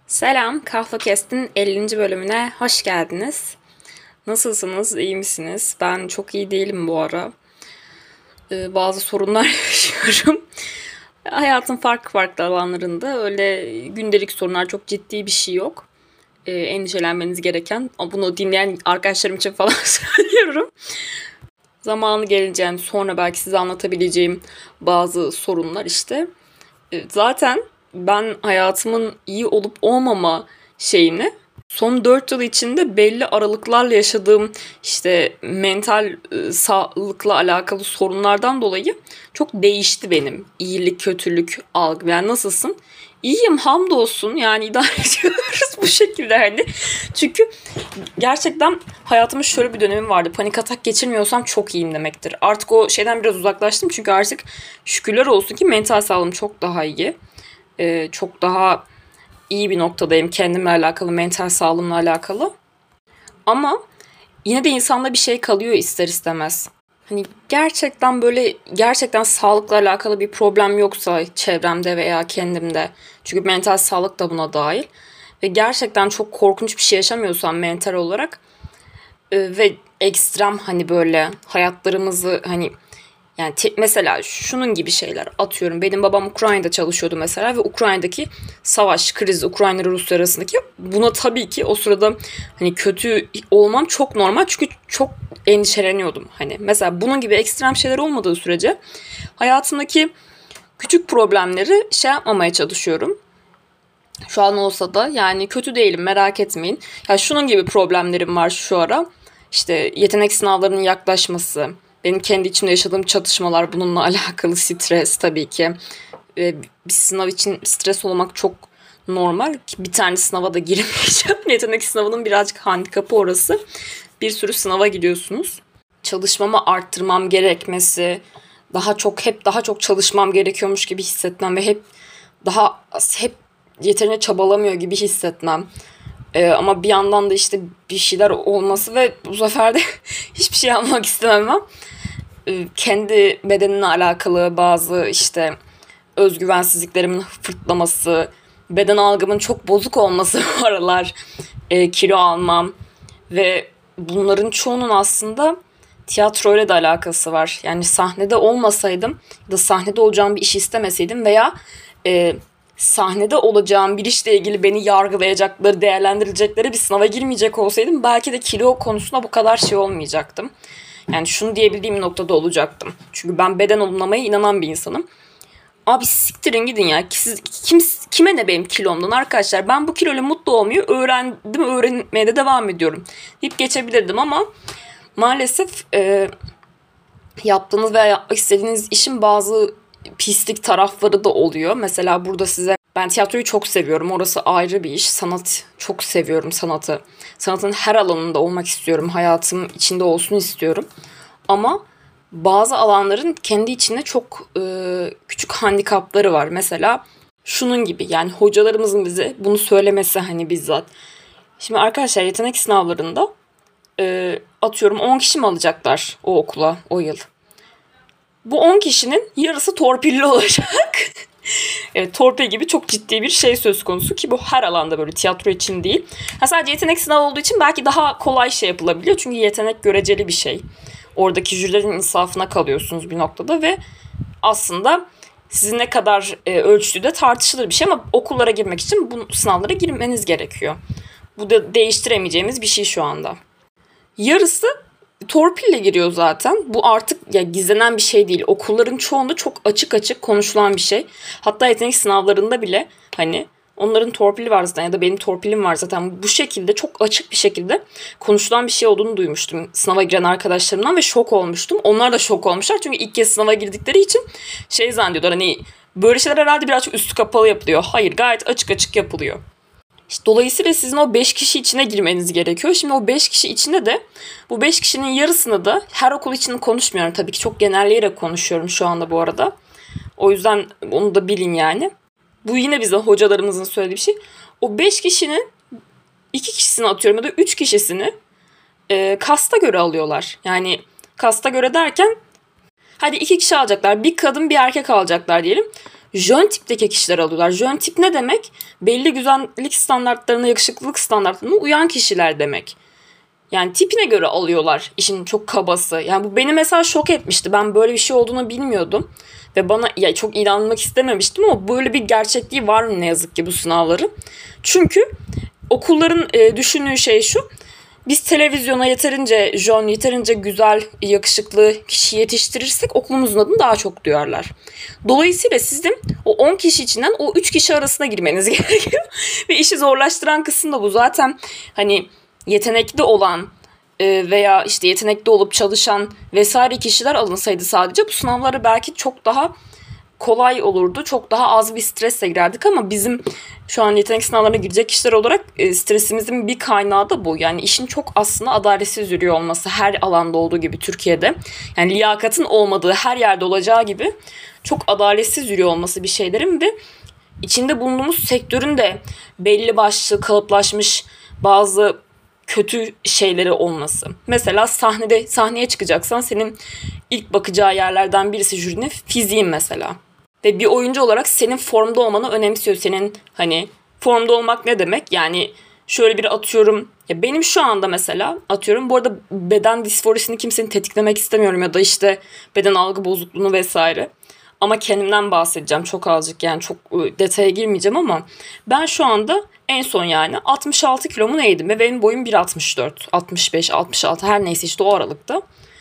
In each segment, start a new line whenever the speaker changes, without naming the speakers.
Selam, Kahve Kest'in 50. bölümüne hoş geldiniz. Nasılsınız, iyi misiniz? Ben çok iyi değilim bu ara. Bazı sorunlar yaşıyorum. Hayatın farklı farklı alanlarında öyle gündelik sorunlar, çok ciddi bir şey yok. Endişelenmeniz gereken, bunu dinleyen arkadaşlarım için falan söylüyorum. Zamanı gelince yani sonra belki size anlatabileceğim bazı sorunlar işte. Zaten ben hayatımın iyi olup olmama şeyini son 4 yıl içinde belli aralıklarla yaşadığım işte mental sağlıkla alakalı sorunlardan dolayı çok değişti benim iyilik kötülük algım. Yani nasılsın? İyiyim hamdolsun yani idare ediyoruz bu şekilde hani. Çünkü gerçekten hayatımın şöyle bir dönemim vardı. Panik atak geçirmiyorsam çok iyiyim demektir. Artık o şeyden biraz uzaklaştım çünkü artık şükürler olsun ki mental sağlığım çok daha iyi. Çok daha iyi bir noktadayım kendimle alakalı, mental sağlığımla alakalı. Ama yine de insanda bir şey kalıyor ister istemez. Hani gerçekten böyle gerçekten sağlıkla alakalı bir problem yoksa çevremde veya kendimde. Çünkü mental sağlık da buna dahil. Ve gerçekten çok korkunç bir şey yaşamıyorsam mental olarak ve ekstrem hani böyle hayatlarımızı hani yani mesela şunun gibi şeyler atıyorum. Benim babam Ukrayna'da çalışıyordu mesela ve Ukrayna'daki savaş, kriz, Ukrayna ile Rusya arasındaki buna tabii ki o sırada hani kötü olmam çok normal çünkü çok endişeleniyordum. Hani mesela bunun gibi ekstrem şeyler olmadığı sürece hayatımdaki küçük problemleri şey yapmamaya çalışıyorum. Şu an olsa da yani kötü değilim merak etmeyin. Ya şunun gibi problemlerim var şu ara. İşte yetenek sınavlarının yaklaşması, benim kendi içimde yaşadığım çatışmalar bununla alakalı stres tabii ki. Ve bir sınav için stres olmak çok normal. Bir tane sınava da girmeyeceğim. Yetenek sınavının birazcık handikapı orası. Bir sürü sınava gidiyorsunuz. Çalışmamı arttırmam gerekmesi, hep daha çok çalışmam gerekiyormuş gibi hissetmem ve hep yeterince çabalamıyor gibi hissetmem. Ama bir yandan da işte bir şeyler olması ve bu sefer de hiçbir şey yapmak istememem. Kendi bedenimle alakalı bazı işte özgüvensizliklerimin fırtlaması, beden algımın çok bozuk olması bu aralar, kilo almam ve bunların çoğunun aslında tiyatroyla da alakası var. Yani sahnede olmasaydım ya da sahnede olacağım bir işi istemeseydim veya e, sahnede olacağım bir işle ilgili beni yargılayacakları, değerlendirecekleri bir sınava girmeyecek olsaydım belki de kilo konusunda bu kadar şey olmayacaktım. Yani şunu diyebildiğim noktada olacaktım. Çünkü ben beden olumlamaya inanan bir insanım. Abi siktirin gidin ya. Kime ne benim kilomdan arkadaşlar. Ben bu kiloyla mutlu olmayı öğrendim. Öğrenmeye de devam ediyorum. Deyip geçebilirdim ama maalesef yaptığınız veya yapmak istediğiniz işin bazı pislik tarafları da oluyor. Mesela burada size ben tiyatroyu çok seviyorum. Orası ayrı bir iş. Sanat çok seviyorum sanatı. Sanatın her alanında olmak istiyorum. Hayatım içinde olsun istiyorum. Ama bazı alanların kendi içinde çok küçük handikapları var. Mesela şunun gibi yani hocalarımızın bize bunu söylemesi hani bizzat. Şimdi arkadaşlar yetenek sınavlarında atıyorum 10 kişi mi alacaklar o okula o yıl? Bu 10 kişinin yarısı torpilli olacak. Evet, torpil gibi çok ciddi bir şey söz konusu ki bu her alanda böyle tiyatro için değil. Sadece yetenek sınavı olduğu için belki daha kolay şey yapılabiliyor. Çünkü yetenek göreceli bir şey. Oradaki jürilerin insafına kalıyorsunuz bir noktada ve aslında sizin ne kadar ölçtüğü de tartışılır bir şey ama okullara girmek için bu sınavlara girmeniz gerekiyor. Bu da değiştiremeyeceğimiz bir şey şu anda. Yarısı torpille giriyor zaten. Bu artık ya gizlenen bir şey değil. Okulların çoğunda çok açık açık konuşulan bir şey. Hatta yetenek sınavlarında bile hani onların torpili var zaten ya da benim torpilim var zaten. Bu şekilde çok açık bir şekilde konuşulan bir şey olduğunu duymuştum sınava giren arkadaşlarımdan ve şok olmuştum. Onlar da şok olmuşlar çünkü ilk kez sınava girdikleri için şey zannediyorlar hani böyle şeyler herhalde birazcık üstü kapalı yapılıyor. Hayır, gayet açık açık yapılıyor. İşte dolayısıyla sizin o 5 kişi içine girmeniz gerekiyor. Şimdi o 5 kişi içinde de bu 5 kişinin yarısını da her okul için konuşmuyorum. Tabii ki çok genelleyerek konuşuyorum şu anda bu arada. O yüzden onu da bilin yani. Bu yine bize hocalarımızın söylediği bir şey. O 5 kişinin 2 kişisini atıyorum ya da 3 kişisini kasta göre alıyorlar. Yani kasta göre derken hadi 2 kişi alacaklar. Bir kadın bir erkek alacaklar diyelim. jön tipteki kişiler alıyorlar. Jön tip ne demek? Belli güzellik standartlarına, yakışıklılık standartlarına uyan kişiler demek. Yani tipine göre alıyorlar, işin çok kabası. Yani bu beni mesela şok etmişti. Ben böyle bir şey olduğunu bilmiyordum. Ve bana ya çok inanmak istememiştim ama böyle bir gerçekliği var ne yazık ki bu sınavların. Çünkü okulların düşündüğü şey şu. Biz televizyona yeterince jön, yeterince güzel, yakışıklı kişi yetiştirirsek okulumuzun adını daha çok duyarlar. Dolayısıyla sizin o 10 kişi içinden o 3 kişi arasına girmeniz gerekiyor. Ve işi zorlaştıran kısım da bu. Zaten hani yetenekli olan veya işte yetenekli olup çalışan vesaire kişiler alınsaydı sadece bu sınavlara belki çok daha kolay olurdu. Çok daha az bir stresle girerdik ama bizim şu an yetenek sınavlarına girecek kişiler olarak stresimizin bir kaynağı da bu. Yani işin çok aslında adaletsiz yürüyor olması her alanda olduğu gibi Türkiye'de. Yani liyakatın olmadığı her yerde olacağı gibi çok adaletsiz yürüyor olması bir şeylerin ve içinde bulunduğumuz sektörün de belli başlı kalıplaşmış bazı kötü şeyleri olması. Mesela sahneye çıkacaksan senin ilk bakacağı yerlerden birisi jürinin fiziğin mesela. Ve bir oyuncu olarak senin formda olmanı önemsiyor. Senin hani formda olmak ne demek? Yani şöyle bir atıyorum. Ya benim şu anda mesela atıyorum. Bu arada beden disforisini kimsenin tetiklemek istemiyorum ya da işte beden algı bozukluğunu vesaire. Ama kendimden bahsedeceğim çok azıcık yani çok detaya girmeyeceğim ama ben şu anda en son yani 66 kilomu neydim ve benim boyum 1.64, 65, 66 her neyse işte o aralıkta.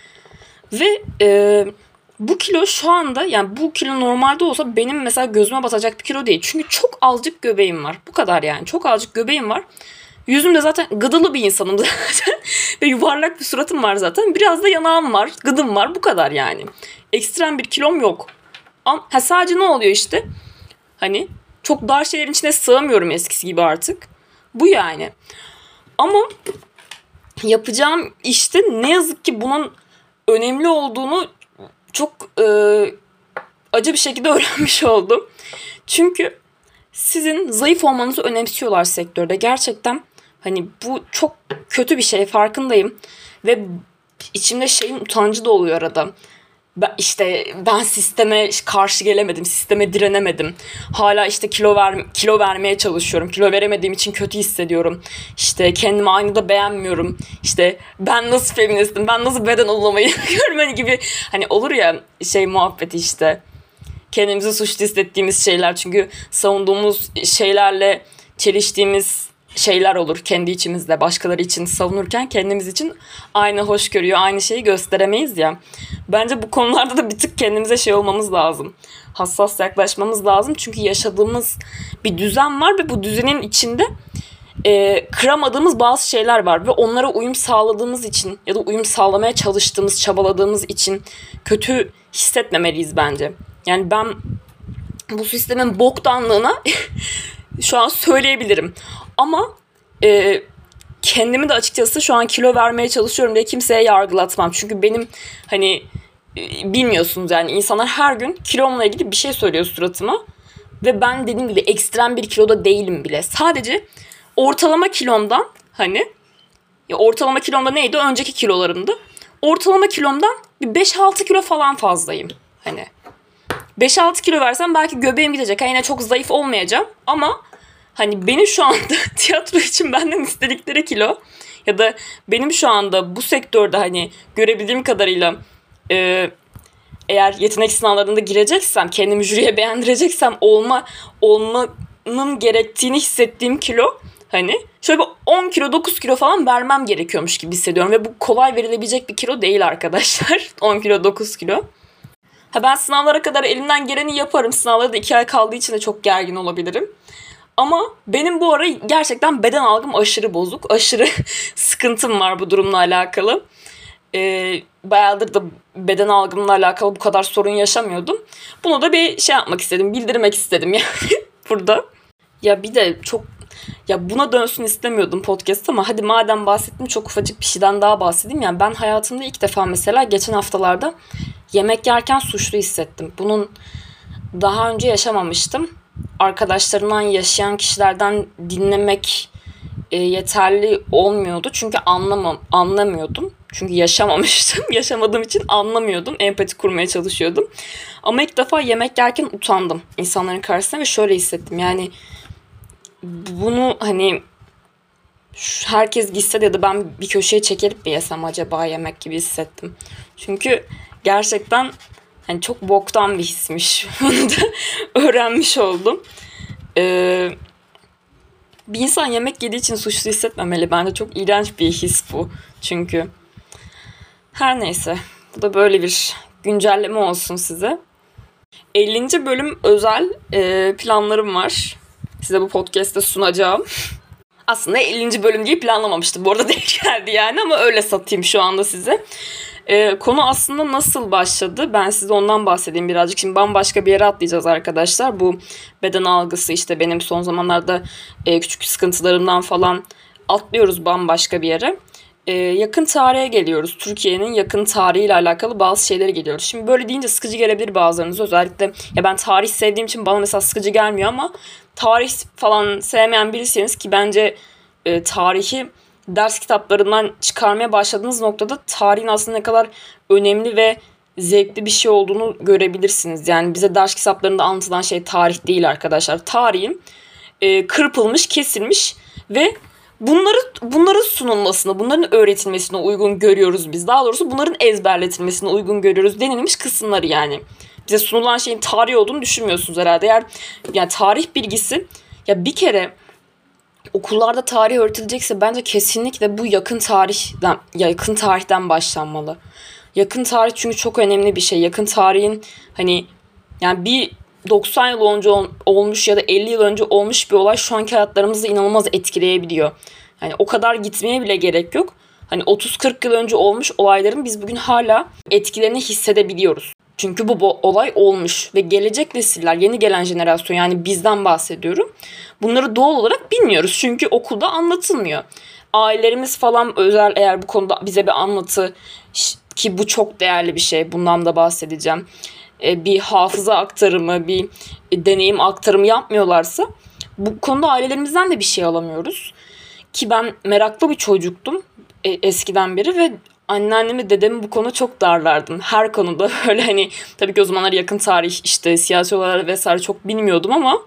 Ve bu kilo şu anda yani bu kilo normalde olsa benim mesela gözüme batacak bir kilo değil. Çünkü çok azıcık göbeğim var. Bu kadar yani çok azıcık göbeğim var. Yüzümde zaten gıdılı bir insanım zaten. Ve yuvarlak bir suratım var zaten. Biraz da yanağım var, gıdım var bu kadar yani. Ekstrem bir kilom yok. Sadece ne oluyor işte? Hani çok dar şeylerin içine sığamıyorum eskisi gibi artık. Bu yani. Ama yapacağım işte ne yazık ki bunun önemli olduğunu çok acı bir şekilde öğrenmiş oldum. Çünkü sizin zayıf olmanızı önemsiyorlar sektörde. Gerçekten hani bu çok kötü bir şey farkındayım. Ve içimde şeyin utancı da oluyor arada. Ben sisteme karşı gelemedim, sisteme direnemedim. Hala işte kilo vermeye çalışıyorum. Kilo veremediğim için kötü hissediyorum. İşte kendimi aynada beğenmiyorum. İşte ben nasıl feministim, ben nasıl beden olmayı görmeni gibi hani olur ya şey muhabbeti işte. Kendimizi suçlu hissettiğimiz şeyler çünkü savunduğumuz şeylerle çeliştiğimiz şeyler olur kendi içimizde. Başkaları için savunurken kendimiz için aynı hoşgörüyü, aynı şeyi gösteremeyiz ya. Bence bu konularda da bir tık kendimize şey olmamız lazım. Hassas yaklaşmamız lazım. Çünkü yaşadığımız bir düzen var ve bu düzenin içinde kıramadığımız bazı şeyler var. Ve onlara uyum sağladığımız için ya da uyum sağlamaya çalıştığımız, çabaladığımız için kötü hissetmemeliyiz bence. Yani ben bu sistemin boktanlığına şu an söyleyebilirim. Ama kendimi de açıkçası şu an kilo vermeye çalışıyorum diye kimseye yargılatmam. Çünkü benim hani bilmiyorsunuz yani insanlar her gün kilomla ilgili bir şey söylüyor suratıma. Ve ben dediğim gibi ekstrem bir kiloda değilim bile. Sadece ortalama kilomdan hani ortalama kilomda neydi? Önceki kilolarımdı. Ortalama kilomdan bir 5-6 kilo falan fazlayım. Hani 5-6 kilo versem belki göbeğim gidecek. Yani yine çok zayıf olmayacağım ama hani benim şu anda tiyatro için benden istedikleri kilo ya da benim şu anda bu sektörde hani görebildiğim kadarıyla eğer yetenek sınavlarında gireceksem, kendimi jüriye beğendireceksem olmanın gerektiğini hissettiğim kilo hani şöyle bir 10 kilo 9 kilo falan vermem gerekiyormuş gibi hissediyorum ve bu kolay verilebilecek bir kilo değil arkadaşlar. 10 kilo 9 kilo. Ben sınavlara kadar elimden geleni yaparım. Sınavlara da 2 ay kaldığı için de çok gergin olabilirim. Ama benim bu ara gerçekten beden algım aşırı bozuk. Aşırı sıkıntım var bu durumla alakalı. Bayağıdır da beden algımla alakalı bu kadar sorun yaşamıyordum. Bunu da bir şey yapmak istedim. Bildirmek istedim yani burada. Ya bir de çok ya buna dönsün istemiyordum podcast ama hadi madem bahsettim çok ufacık bir şeyden daha bahsedeyim. Yani ben hayatımda ilk defa mesela geçen haftalarda yemek yerken suçlu hissettim. Bunun daha önce yaşamamıştım. Arkadaşlarımdan yaşayan kişilerden dinlemek yeterli olmuyordu. Çünkü anlamıyordum. Çünkü yaşamamıştım. Yaşamadığım için anlamıyordum. Empati kurmaya çalışıyordum. Ama ilk defa yemek yerken utandım insanların karşısında ve şöyle hissettim. Yani bunu hani herkes gitse de ya da ben bir köşeye çekilip mi yesem acaba yemek gibi hissettim. Çünkü gerçekten hani çok boktan bir hismiş. Bunu da öğrenmiş oldum. Bir insan yemek yediği için suçlu hissetmemeli. Bence çok iğrenç bir his bu. Çünkü her neyse. Bu da böyle bir güncelleme olsun size. 50. bölüm özel planlarım var. Size bu podcast'te sunacağım. Aslında 50. bölüm diye planlamamıştım. Bu arada denk geldi yani ama öyle satayım şu anda size. Konu aslında nasıl başladı? Ben size ondan bahsedeyim birazcık. Şimdi bambaşka bir yere atlayacağız arkadaşlar. Bu beden algısı işte benim son zamanlarda küçük sıkıntılarımdan falan atlıyoruz bambaşka bir yere. Yakın tarihe geliyoruz. Türkiye'nin yakın tarihiyle alakalı bazı şeylere geliyoruz. Şimdi böyle deyince sıkıcı gelebilir bazılarınız. Özellikle ya ben tarih sevdiğim için bana mesela sıkıcı gelmiyor ama tarih falan sevmeyen biriyseniz ki bence tarihi ders kitaplarından çıkarmaya başladığınız noktada tarihin aslında ne kadar önemli ve zevkli bir şey olduğunu görebilirsiniz. Yani bize ders kitaplarında anlatılan şey tarih değil arkadaşlar. Tarihin kırpılmış, kesilmiş ve bunların sunulmasını, bunların öğretilmesine uygun görüyoruz biz. Daha doğrusu bunların ezberletilmesine uygun görüyoruz denilmiş kısımları yani. Bize sunulan şeyin tarih olduğunu düşünmüyorsunuz herhalde. Eğer yani tarih bilgisi ya bir kere okullarda tarih öğretilecekse bence kesinlikle bu yakın tarihten başlanmalı. Yakın tarih çünkü çok önemli bir şey. Yakın tarihin hani yani bir 90 yıl önce olmuş ya da 50 yıl önce olmuş bir olay şu anki hayatlarımızı inanılmaz etkileyebiliyor. Yani o kadar gitmeye bile gerek yok. Hani 30-40 yıl önce olmuş olayların biz bugün hala etkilerini hissedebiliyoruz. Çünkü bu olay olmuş ve gelecek nesiller, yeni gelen jenerasyon yani bizden bahsediyorum. Bunları doğal olarak bilmiyoruz çünkü okulda anlatılmıyor. Ailelerimiz falan özel eğer bu konuda bize bir anlatı ki bu çok değerli bir şey bundan da bahsedeceğim. Bir hafıza aktarımı, bir deneyim aktarımı yapmıyorlarsa bu konuda ailelerimizden de bir şey alamıyoruz. Ki ben meraklı bir çocuktum eskiden beri ve anneannemi dedemi bu konuda çok darlardım. Her konuda böyle hani tabii ki o zamanlar yakın tarih işte siyasi olaylar vesaire çok bilmiyordum ama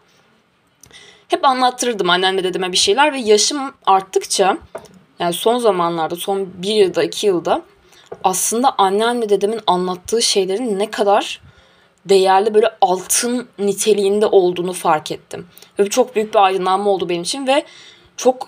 hep anlattırırdım anneanne dedeme bir şeyler ve yaşım arttıkça yani son zamanlarda son 1 yılda 2 yılda aslında anneanne dedemin anlattığı şeylerin ne kadar değerli böyle altın niteliğinde olduğunu fark ettim. Ve çok büyük bir aydınlanma oldu benim için ve çok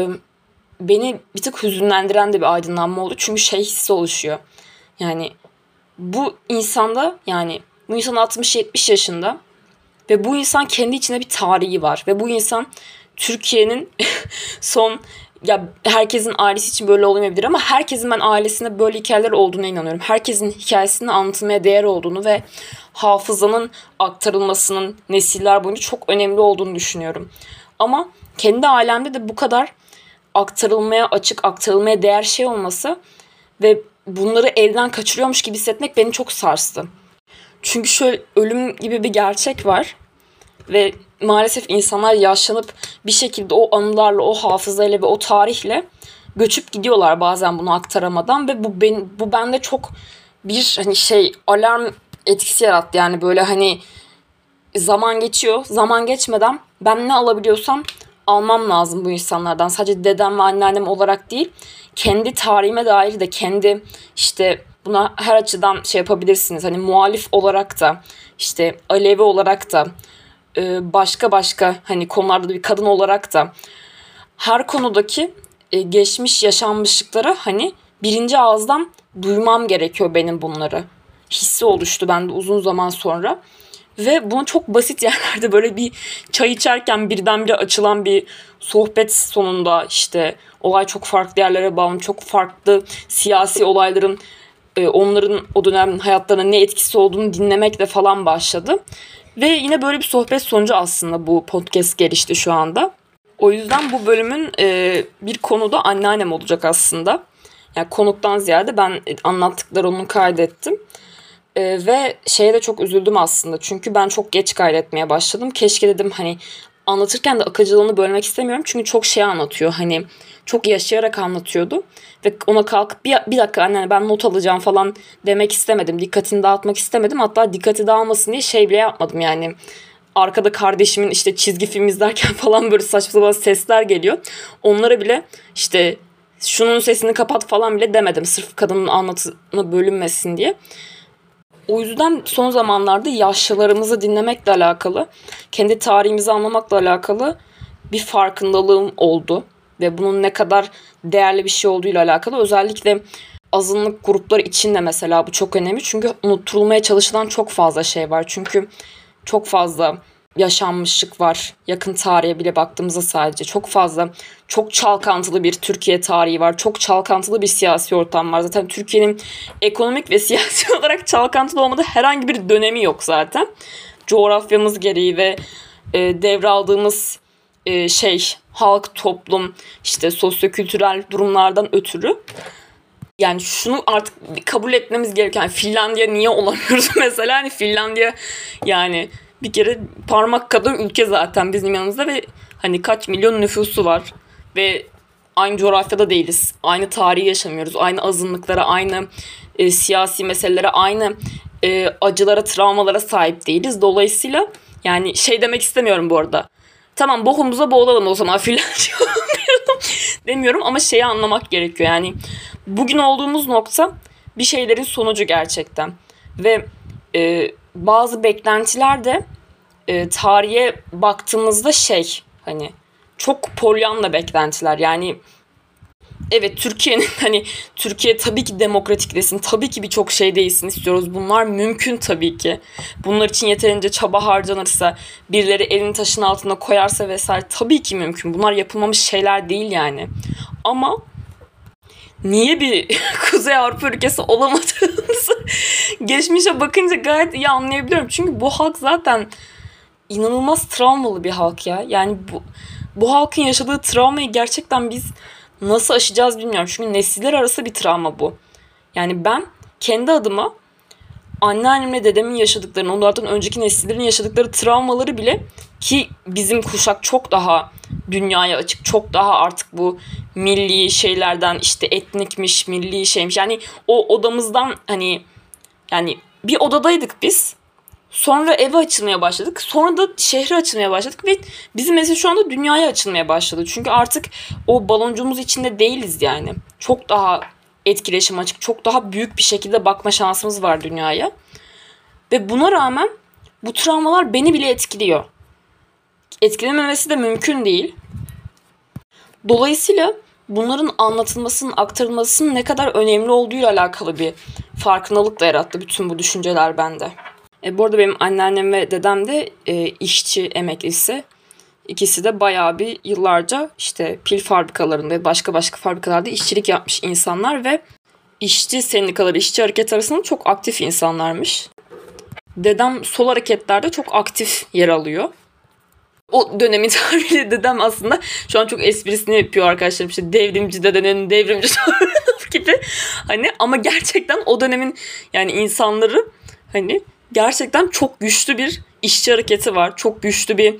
beni bir tık hüzünlendiren de bir aydınlanma oldu. Çünkü şey hissi oluşuyor. Yani bu insanda yani bu insan 60-70 yaşında ve bu insan kendi içinde bir tarihi var. Ve bu insan Türkiye'nin son ya herkesin ailesi için böyle olmayabilir ama herkesin ben ailesinde böyle hikayeler olduğuna inanıyorum. Herkesin hikayesini anlatılmaya değer olduğunu ve hafızanın aktarılmasının nesiller boyunca çok önemli olduğunu düşünüyorum. Ama kendi ailemde de bu kadar aktarılmaya açık, aktarılmaya değer şey olması ve bunları elden kaçırıyormuş gibi hissetmek beni çok sarstı. Çünkü şöyle ölüm gibi bir gerçek var ve maalesef insanlar yaşlanıp bir şekilde o anılarla, o hafızayla ve o tarihle göçüp gidiyorlar bazen bunu aktaramadan ve bu bende çok bir hani alarm etkisi yarattı. Yani böyle hani zaman geçiyor, zaman geçmeden ben ne alabiliyorsam almam lazım bu insanlardan. Sadece dedem ve anneannem olarak değil, kendi tarihime dair de kendi işte buna her açıdan yapabilirsiniz. Hani muhalif olarak da işte Alevi olarak da başka hani konularda da bir kadın olarak da her konudaki geçmiş yaşanmışlıklara hani birinci ağızdan duymam gerekiyor benim bunları. Hissi oluştu bende uzun zaman sonra. Ve bunu çok basit yerlerde böyle bir çay içerken birdenbire açılan bir sohbet sonunda işte olay çok farklı yerlere bağlı, çok farklı siyasi olayların onların o dönem hayatlarına ne etkisi olduğunu dinlemekle falan başladı. Ve yine böyle bir sohbet sonucu aslında bu podcast gelişti şu anda. O yüzden bu bölümün bir konuda anneannem olacak aslında. Yani konuktan ziyade ben anlattıklarını kaydettim. Ve şeye de çok üzüldüm aslında. Çünkü ben çok geç kaydetmeye başladım. Keşke dedim hani anlatırken de akıcılığını bölmek istemiyorum. Çünkü çok şey anlatıyor. Hani çok yaşayarak anlatıyordu. Ve ona kalkıp bir dakika anne ben not alacağım falan demek istemedim. Dikkatini dağıtmak istemedim. Hatta dikkati dağılmasın diye şey bile yapmadım yani. Arkada kardeşimin işte çizgi film izlerken falan böyle saçma sapan sesler geliyor. Onlara bile işte şunun sesini kapat falan bile demedim. Sırf kadının anlatımı bölünmesin diye. O yüzden son zamanlarda yaşlılarımızı dinlemekle alakalı, kendi tarihimizi anlamakla alakalı bir farkındalığım oldu. Ve bunun ne kadar değerli bir şey olduğuyla alakalı. Özellikle azınlık grupları için de mesela bu çok önemli. Çünkü unutturulmaya çalışılan çok fazla şey var. Çünkü çok fazla yaşanmışlık var. Yakın tarihe bile baktığımızda sadece çok fazla, çok çalkantılı bir Türkiye tarihi var. Çok çalkantılı bir siyasi ortam var. Zaten Türkiye'nin ekonomik ve siyasi olarak çalkantılı olmadığı herhangi bir dönemi yok zaten. Coğrafyamız gereği ve devraldığımız halk, toplum, işte sosyokültürel durumlardan ötürü. Yani şunu artık kabul etmemiz gereken, yani Finlandiya niye olamıyoruz mesela? Hani Finlandiya yani bir kere parmak kadar ülke zaten bizim yanımızda ve hani kaç milyon nüfusu var ve aynı coğrafyada değiliz. Aynı tarihi yaşamıyoruz. Aynı azınlıklara, aynı siyasi meselelere, aynı acılara, travmalara sahip değiliz. Dolayısıyla yani şey demek istemiyorum bu arada. Tamam bokumuza boğulalım o zaman Finlandiya demiyorum ama şeyi anlamak gerekiyor. Yani bugün olduğumuz nokta bir şeylerin sonucu gerçekten. Ve bazı beklentiler de tarihe baktığımızda hani çok polyanla beklentiler. Yani evet Türkiye'nin hani Türkiye tabii ki demokratikleşsin. Tabii ki birçok şey değilsin istiyoruz. Bunlar mümkün tabii ki. Bunlar için yeterince çaba harcanırsa, birileri elini taşın altına koyarsa vesaire tabii ki mümkün. Bunlar yapılmamış şeyler değil yani. Ama niye bir Kuzey Avrupa ülkesi olamadığımızı geçmişe bakınca gayet iyi anlayabiliyorum. Çünkü bu halk zaten inanılmaz travmalı bir halk ya. Yani bu halkın yaşadığı travmayı gerçekten biz nasıl aşacağız bilmiyorum. Çünkü nesiller arası bir travma bu. Yani ben kendi adıma anneannemle dedemin yaşadıklarını, onlardan önceki nesillerin yaşadıkları travmaları bile ki bizim kuşak çok daha dünyaya açık, çok daha artık bu milli şeylerden işte etnikmiş, milli şeymiş. Yani o odamızdan hani yani bir odadaydık biz. Sonra eve açılmaya başladık. Sonra da şehre açılmaya başladık ve bizim mesela şu anda dünyaya açılmaya başladı. Çünkü artık o baloncuğumuz içinde değiliz yani. Çok daha etkileşim açık, çok daha büyük bir şekilde bakma şansımız var dünyaya. Ve buna rağmen bu travmalar beni bile etkiliyor. Etkilememesi de mümkün değil. Dolayısıyla bunların anlatılmasının, aktarılmasının ne kadar önemli olduğuyla alakalı bir farkındalık da yarattı bütün bu düşünceler bende. Bu arada benim anneannem ve dedem de işçi emeklisi. İkisi de bayağı bir yıllarca işte pil fabrikalarında, başka fabrikalarda işçilik yapmış insanlar ve işçi sendikaları, işçi hareketi arasında çok aktif insanlarmış. Dedem sol hareketlerde çok aktif yer alıyor. O dönemin tabiriyle dedem aslında şu an çok esprisini yapıyor arkadaşlarım. İşte devrimci dedenin devrimci gibi. Hani ama gerçekten o dönemin yani insanları hani gerçekten çok güçlü bir işçi hareketi var. Çok güçlü bir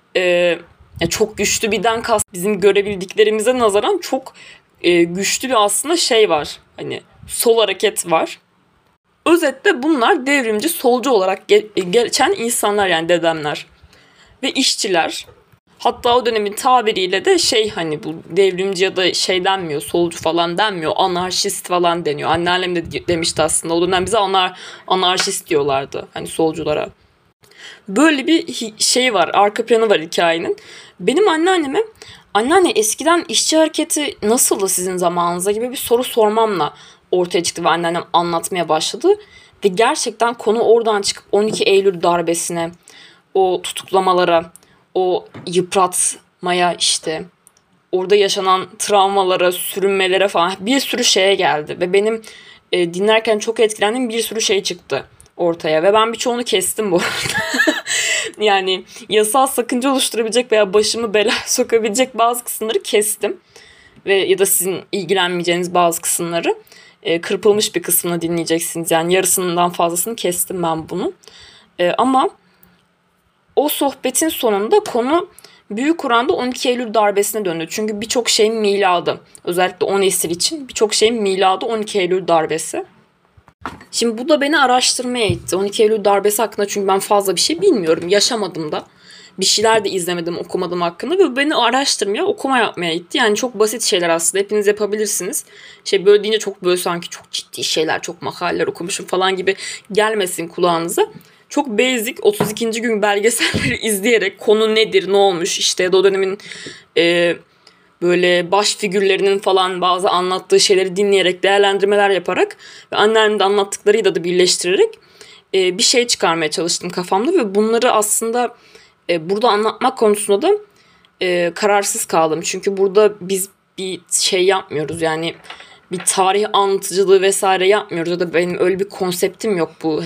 çok güçlü birden kast bizim görebildiklerimize nazaran çok güçlü bir aslında şey var. Hani sol hareket var. Özetle bunlar devrimci, solcu olarak geçen insanlar yani dedemler. Ve işçiler. Hatta o dönemin tabiriyle de hani bu devrimci ya da denmiyor, solcu falan denmiyor, anarşist falan deniyor. Anneannem de demişti aslında. O dönem bize anarşist diyorlardı hani solculara. Böyle bir şey var, arka planı var hikayenin. Benim anneanne eskiden işçi hareketi nasıldı sizin zamanınızda gibi bir soru sormamla ortaya çıktı ve anneannem anlatmaya başladı. Ve gerçekten konu oradan çıkıp 12 Eylül darbesine, o tutuklamalara, o yıpratmaya işte orada yaşanan travmalara, sürünmelere falan bir sürü şeye geldi. Ve benim dinlerken çok etkilendiğim bir sürü şey çıktı ortaya. Ve ben birçoğunu kestim bu arada. Yani yasal sakınca oluşturabilecek veya başımı belaya sokabilecek bazı kısımları kestim. Ve ya da sizin ilgilenmeyeceğiniz bazı kısımları kırpılmış bir kısmını dinleyeceksiniz. Yani yarısından fazlasını kestim ben bunu. Ama o sohbetin sonunda konu büyük oranda 12 Eylül darbesine döndü. Çünkü birçok şeyin miladı, özellikle o nesil için birçok şeyin miladı 12 Eylül darbesi. Şimdi bu da beni araştırmaya itti. 12 Eylül darbesi hakkında, çünkü ben fazla bir şey bilmiyorum. Yaşamadım da. Bir şeyler de izlemedim, okumadım hakkında ve beni araştırmaya, okuma yapmaya itti. Yani çok basit şeyler aslında. Hepiniz yapabilirsiniz. Böyle deyince çok böyle sanki çok ciddi şeyler, çok makaleler okumuşum falan gibi gelmesin kulağınıza. Çok basic 32. gün belgeselleri izleyerek konu nedir, ne olmuş işte ya da o dönemin böyle baş figürlerinin falan bazı anlattığı şeyleri dinleyerek, değerlendirmeler yaparak ve anneannemin de anlattıklarıyla da birleştirerek bir şey çıkarmaya çalıştım kafamda ve bunları aslında burada anlatmak konusunda da kararsız kaldım. Çünkü burada biz bir şey yapmıyoruz, yani bir tarih anlatıcılığı vesaire yapmıyoruz ya da benim öyle bir konseptim yok bu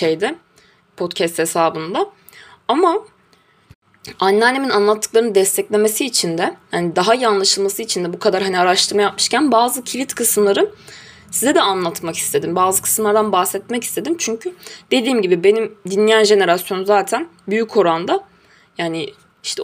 podcast hesabında. Ama anneannemin anlattıklarını desteklemesi için de, yani daha iyi anlaşılması için de bu kadar araştırma yapmışken bazı kilit kısımları size de anlatmak istedim. Bazı kısımlardan bahsetmek istedim. Çünkü dediğim gibi benim dinleyen jenerasyon zaten büyük oranda yani işte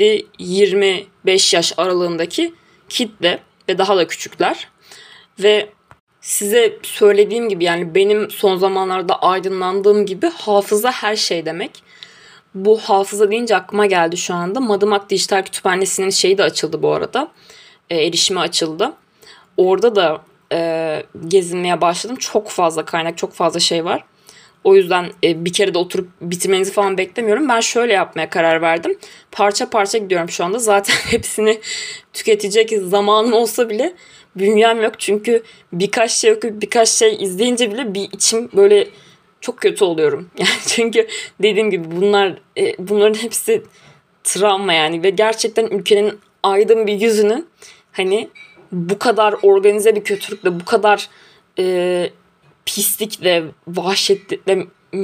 17-25 yaş aralığındaki kitle ve daha da küçükler. Ve size söylediğim gibi, yani benim son zamanlarda aydınlandığım gibi, hafıza her şey demek. Bu hafıza deyince aklıma geldi şu anda. Madımak Dijital Kütüphanesi'nin şeyi de açıldı bu arada. Erişimi açıldı. Orada da gezinmeye başladım. Çok fazla kaynak, çok fazla şey var. O yüzden bir kere de oturup bitirmenizi falan beklemiyorum. Ben şöyle yapmaya karar verdim. Parça parça gidiyorum şu anda. Zaten hepsini tüketecek zamanım olsa bile bünyem yok. Çünkü birkaç şey okuyup birkaç şey izleyince bile bir içim böyle çok kötü oluyorum. Yani çünkü dediğim gibi bunların hepsi travma yani ve gerçekten ülkenin aydın bir yüzünün bu kadar organize bir kötülükle, bu kadar pislikle, vahşetle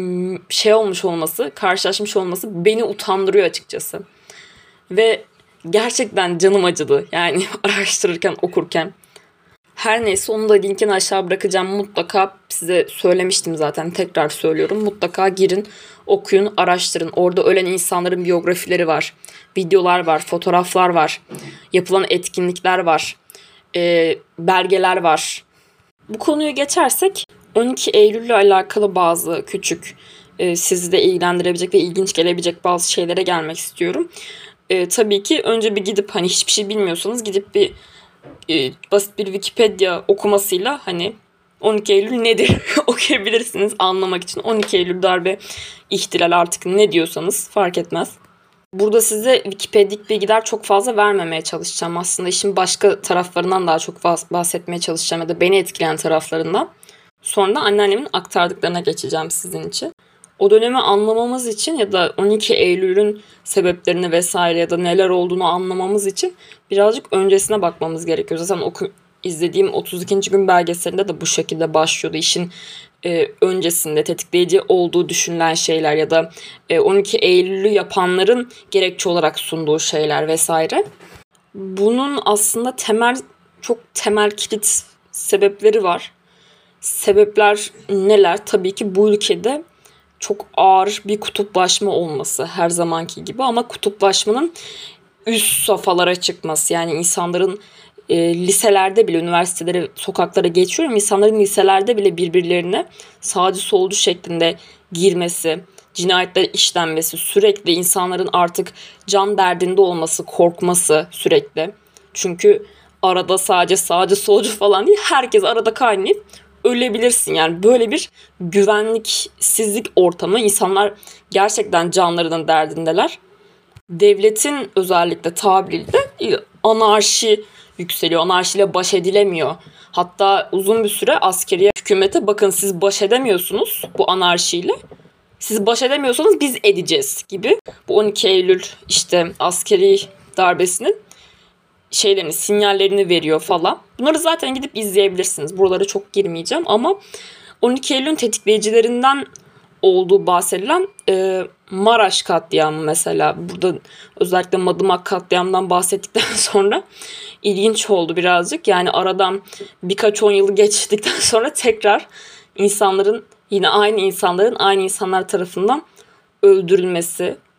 olmuş olması, karşılaşmış olması beni utandırıyor açıkçası. Ve gerçekten canım acıdı yani araştırırken, okurken. Her neyse, onu da linkini aşağı bırakacağım. Mutlaka size söylemiştim zaten, tekrar söylüyorum. Mutlaka girin, okuyun, araştırın. Orada ölen insanların biyografileri var. Videolar var, fotoğraflar var. Yapılan etkinlikler var. Belgeler var. Bu konuyu geçersek 12 Eylül ile alakalı bazı küçük sizi de ilgilendirebilecek ve ilginç gelebilecek bazı şeylere gelmek istiyorum. Tabii ki önce bir gidip hiçbir şey bilmiyorsanız gidip bir basit bir Wikipedia okumasıyla 12 Eylül nedir okuyabilirsiniz anlamak için. 12 Eylül darbe, ihtilal, artık ne diyorsanız fark etmez. Burada size Wikipedia'lik bilgiler çok fazla vermemeye çalışacağım. Aslında işin başka taraflarından daha çok bahsetmeye çalışacağım ya da beni etkileyen taraflarından. Sonra da anneannemin aktardıklarına geçeceğim sizin için. O dönemi anlamamız için ya da 12 Eylül'ün sebeplerini vesaire ya da neler olduğunu anlamamız için birazcık öncesine bakmamız gerekiyor. Zaten izlediğim 32. gün belgeselinde de bu şekilde başlıyordu. İşin öncesinde tetikleyici olduğu düşünülen şeyler ya da 12 Eylül'ü yapanların gerekçe olarak sunduğu şeyler vesaire. Bunun aslında çok temel kilit sebepleri var. Sebepler neler? Tabii ki bu ülkede çok ağır bir kutuplaşma olması her zamanki gibi, ama kutuplaşmanın üst safhalara çıkması, yani insanların liselerde bile, üniversitelere, sokaklara geçiyorum, insanların liselerde bile birbirlerine sağcı solcu şeklinde girmesi, cinayetler işlenmesi, sürekli insanların artık can derdinde olması, korkması sürekli. Çünkü arada sadece sağcı solcu falan değil, herkes arada kaynayıp ölebilirsin. Yani böyle bir güvenliksizlik ortamı, insanlar gerçekten canlarının derdindeler. Devletin özellikle tabiriyle anarşi yükseliyor. Anarşiyle baş edilemiyor. Hatta uzun bir süre askeriye hükümete, bakın siz baş edemiyorsunuz bu anarşiyle, siz baş edemiyorsanız biz edeceğiz gibi. Bu 12 Eylül işte askeri darbesinin sinyallerini veriyor falan. Bunları zaten gidip izleyebilirsiniz. Buralara çok girmeyeceğim ama 12 Eylül'ün tetikleyicilerinden olduğu bahsedilen Maraş katliamı mesela. Burada özellikle Madımak katliamından bahsettikten sonra ilginç oldu birazcık. Yani aradan birkaç 10 yılı geçtikten sonra tekrar yine aynı insanlar tarafından öldürülmesi,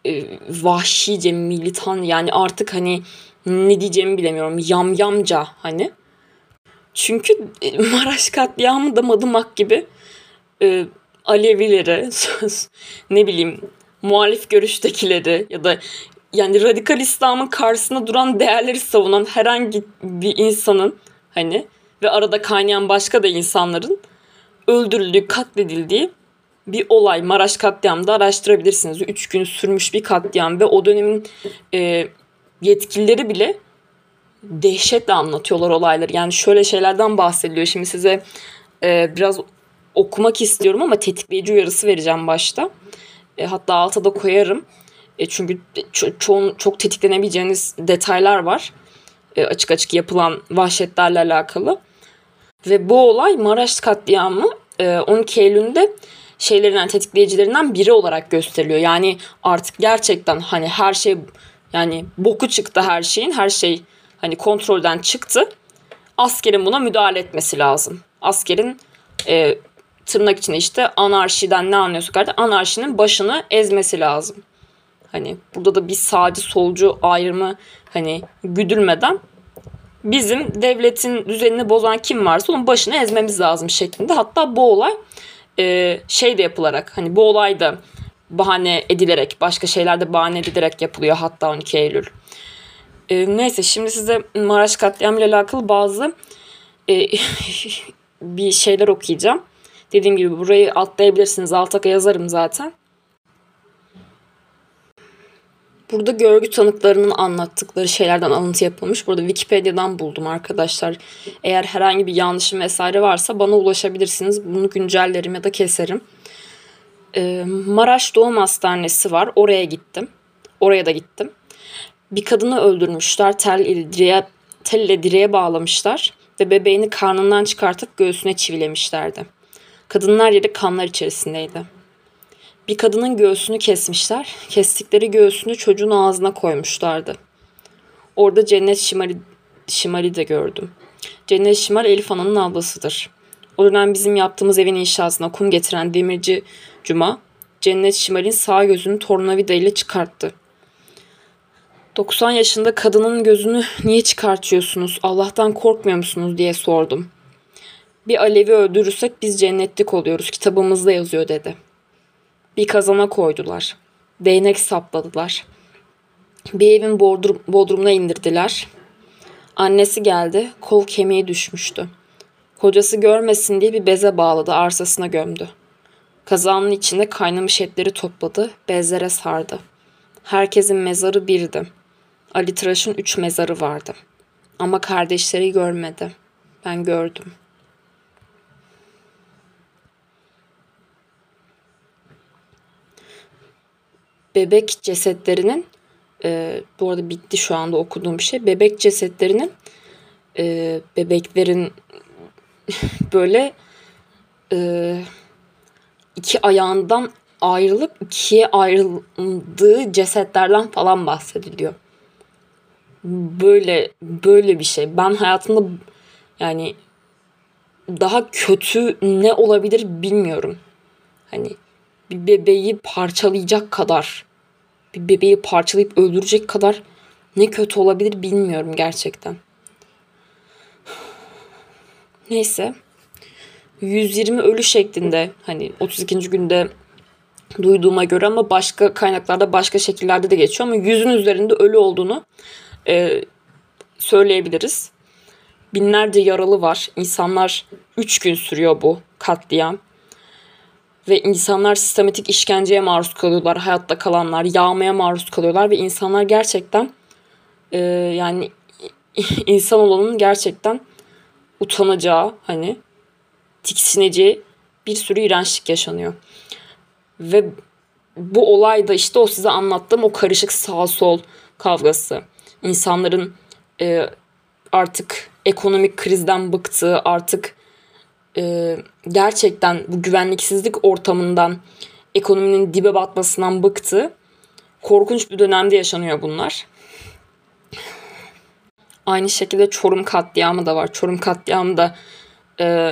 vahşice, militan, yani artık hani ne diyeceğimi bilemiyorum. Yamyamca hani. Çünkü Maraş katliamı da Madımak gibi Alevileri, ne bileyim muhalif görüştekileri ya da yani radikal İslam'ın karşısında duran değerleri savunan herhangi bir insanın hani ve arada kaynayan başka da insanların öldürüldüğü, katledildiği bir olay. Maraş katliamı da araştırabilirsiniz. 3 gün sürmüş bir katliam ve o dönemin yetkilileri bile dehşetle anlatıyorlar olayları. Yani şöyle şeylerden bahsediliyor. Şimdi size biraz okumak istiyorum ama tetikleyici uyarısı vereceğim başta. Hatta alta da koyarım. Çünkü çok tetiklenebileceğiniz detaylar var. Açık açık yapılan vahşetlerle alakalı. Ve bu olay Maraş katliamı 12 Eylül'de şeylerin tetikleyicilerinden biri olarak gösteriliyor. Yani artık gerçekten hani her şey, yani boku çıktı her şeyin. Her şey hani kontrolden çıktı. Askerin buna müdahale etmesi lazım. Askerin tırnak içinde işte anarşiden ne anlıyorsak artık anarşinin başını ezmesi lazım. Hani burada da bir sağcı solcu ayrımı hani güdülmeden bizim devletin düzenini bozan kim varsa onun başını ezmemiz lazım şeklinde. Hatta bu olay şey de yapılarak, hani bu olay da bahane edilerek, başka şeyler de bahane edilerek yapılıyor hatta 12 Eylül. Neyse, şimdi size Maraş katliamı ile alakalı bazı bir şeyler okuyacağım. Dediğim gibi burayı atlayabilirsiniz. Alta yazarım zaten. Burada görgü tanıklarının anlattıkları şeylerden alıntı yapılmış. Burada Wikipedia'dan buldum arkadaşlar. Eğer herhangi bir yanlışım vesaire varsa bana ulaşabilirsiniz. Bunu güncellerim ya da keserim. Maraş Doğum Hastanesi var. Oraya gittim. Oraya da gittim. Bir kadını öldürmüşler. Tel ile direğe bağlamışlar. Ve bebeğini karnından çıkartıp göğsüne çivilemişlerdi. Kadının her yeri kanlar içerisindeydi. Bir kadının göğsünü kesmişler. Kestikleri göğsünü çocuğun ağzına koymuşlardı. Orada Cennet Şimal'i de gördüm. Cennet Şimal Elif Ana'nın ablasıdır. O dönem bizim yaptığımız evin inşasına kum getiren demirci Cuma, Cennet Şimal'in sağ gözünü tornavida ile çıkarttı. 90 yaşında kadının gözünü niye çıkartıyorsunuz, Allah'tan korkmuyor musunuz diye sordum. Bir Alevi öldürürsek biz cennetlik oluyoruz, kitabımızda yazıyor dedi. Bir kazana koydular. Değnek sapladılar. Bir evin bodrumuna indirdiler. Annesi geldi, kol kemiği düşmüştü. Kocası görmesin diye bir beze bağladı, arsasına gömdü. Kazanın içinde kaynamış etleri topladı, bezlere sardı. Herkesin mezarı birdi. Ali Tıraş'ın 3 mezarı vardı. Ama kardeşleri görmedi. Ben gördüm. Bebek cesetlerinin, bu arada bitti şu anda okuduğum bir şey. Bebek cesetlerinin, bebeklerin böyle iki ayağından ayrılıp ikiye ayrıldığı cesetlerden falan bahsediliyor. Böyle bir şey. Ben hayatımda yani daha kötü ne olabilir bilmiyorum. Hani bir bebeği parçalayacak kadar, bir bebeği parçalayıp öldürecek kadar ne kötü olabilir bilmiyorum gerçekten. Neyse. 120 ölü şeklinde, hani 32. günde duyduğuma göre, ama başka kaynaklarda başka şekillerde de geçiyor, ama 100'ün üzerinde ölü olduğunu söyleyebiliriz. Binlerce yaralı var. İnsanlar 3 gün sürüyor bu katliam. Ve insanlar sistematik işkenceye maruz kalıyorlar. Hayatta kalanlar yağmaya maruz kalıyorlar. Ve insanlar gerçekten yani insan olanın gerçekten utanacağı, hani tiksineceği bir sürü iğrençlik yaşanıyor. Ve bu olay da işte o size anlattığım o karışık sağ sol kavgası. İnsanların artık ekonomik krizden bıktığı, artık gerçekten bu güvenliksizlik ortamından, ekonominin dibe batmasından bıktığı korkunç bir dönemde yaşanıyor bunlar. Aynı şekilde Çorum katliamı da var. Çorum katliamı da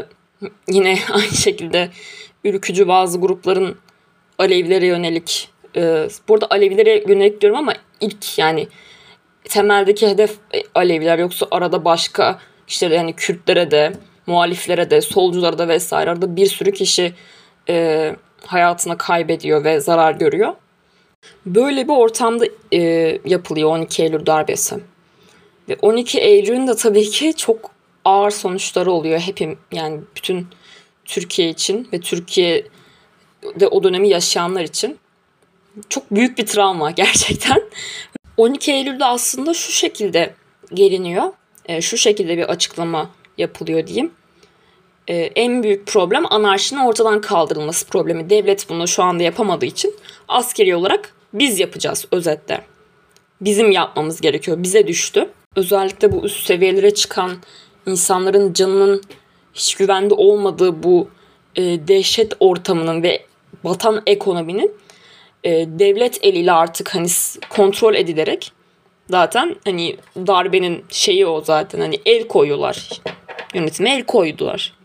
yine aynı şekilde ürkücü, bazı grupların Alevilere yönelik Burada Alevilere yönelik diyorum ama ilk yani temeldeki hedef Aleviler, yoksa arada başka işte yani Kürtlere de, muhaliflere de, solculara da vesaire arada bir sürü kişi hayatını kaybediyor ve zarar görüyor. Böyle bir ortamda yapılıyor 12 Eylül darbesi. Ve 12 Eylül'ün de tabii ki çok ağır sonuçları oluyor yani bütün Türkiye için ve Türkiye'de o dönemi yaşayanlar için. Çok büyük bir travma gerçekten. 12 Eylül'de aslında şu şekilde geliniyor. Şu şekilde bir açıklama yapılıyor diyeyim. En büyük problem anarşinin ortadan kaldırılması problemi. Devlet bunu şu anda yapamadığı için askeri olarak biz yapacağız özetle. Bizim yapmamız gerekiyor. Bize düştü. Özellikle bu üst seviyelere çıkan insanların canının hiç güvende olmadığı bu dehşet ortamının ve batan ekonominin devlet eliyle artık hani kontrol edilerek, zaten hani darbenin şeyi o zaten, hani el koyuyorlar. Yönetime el koydular.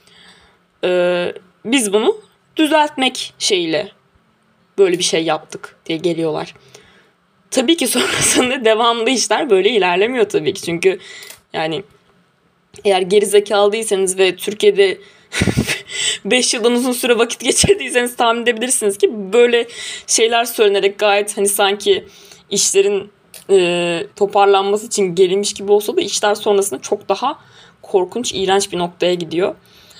Biz bunu düzeltmek şeyiyle böyle bir şey yaptık diye geliyorlar. Tabii ki sonrasında devamlı işler böyle ilerlemiyor tabii ki. Çünkü yani eğer gerizekalı değilseniz ve Türkiye'de 5 yıldan uzun süre vakit geçirdiyseniz tahmin edebilirsiniz ki böyle şeyler söylenerek gayet hani sanki işlerin toparlanması için gelinmiş gibi olsa da işler sonrasında çok daha korkunç, iğrenç bir noktaya gidiyor.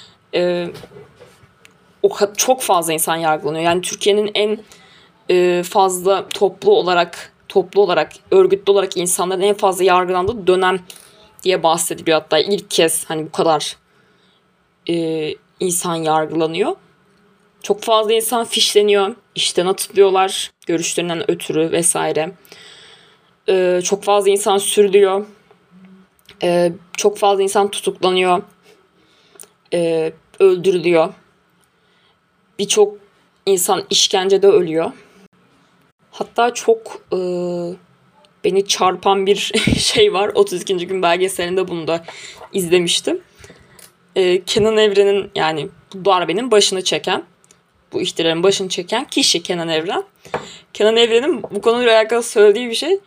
Çok fazla insan yargılanıyor. Yani Türkiye'nin en fazla toplu olarak, örgütlü olarak insanların en fazla yargılandığı dönem diye bahsediliyor. Hatta ilk kez hani bu kadar insan yargılanıyor. Çok fazla insan fişleniyor, işten atılıyorlar, görüşlerinden ötürü vesaire. Çok fazla insan sürülüyor. Çok fazla insan tutuklanıyor. Öldürülüyor. Birçok insan işkencede ölüyor. Hatta çok beni çarpan bir şey var. 32. gün belgeselinde bunu da izlemiştim. Kenan Evren'in, yani bu darbenin başını çeken, bu ihtilalin başını çeken kişi Kenan Evren. Kenan Evren'in bu konuyla alakalı söylediği bir şey,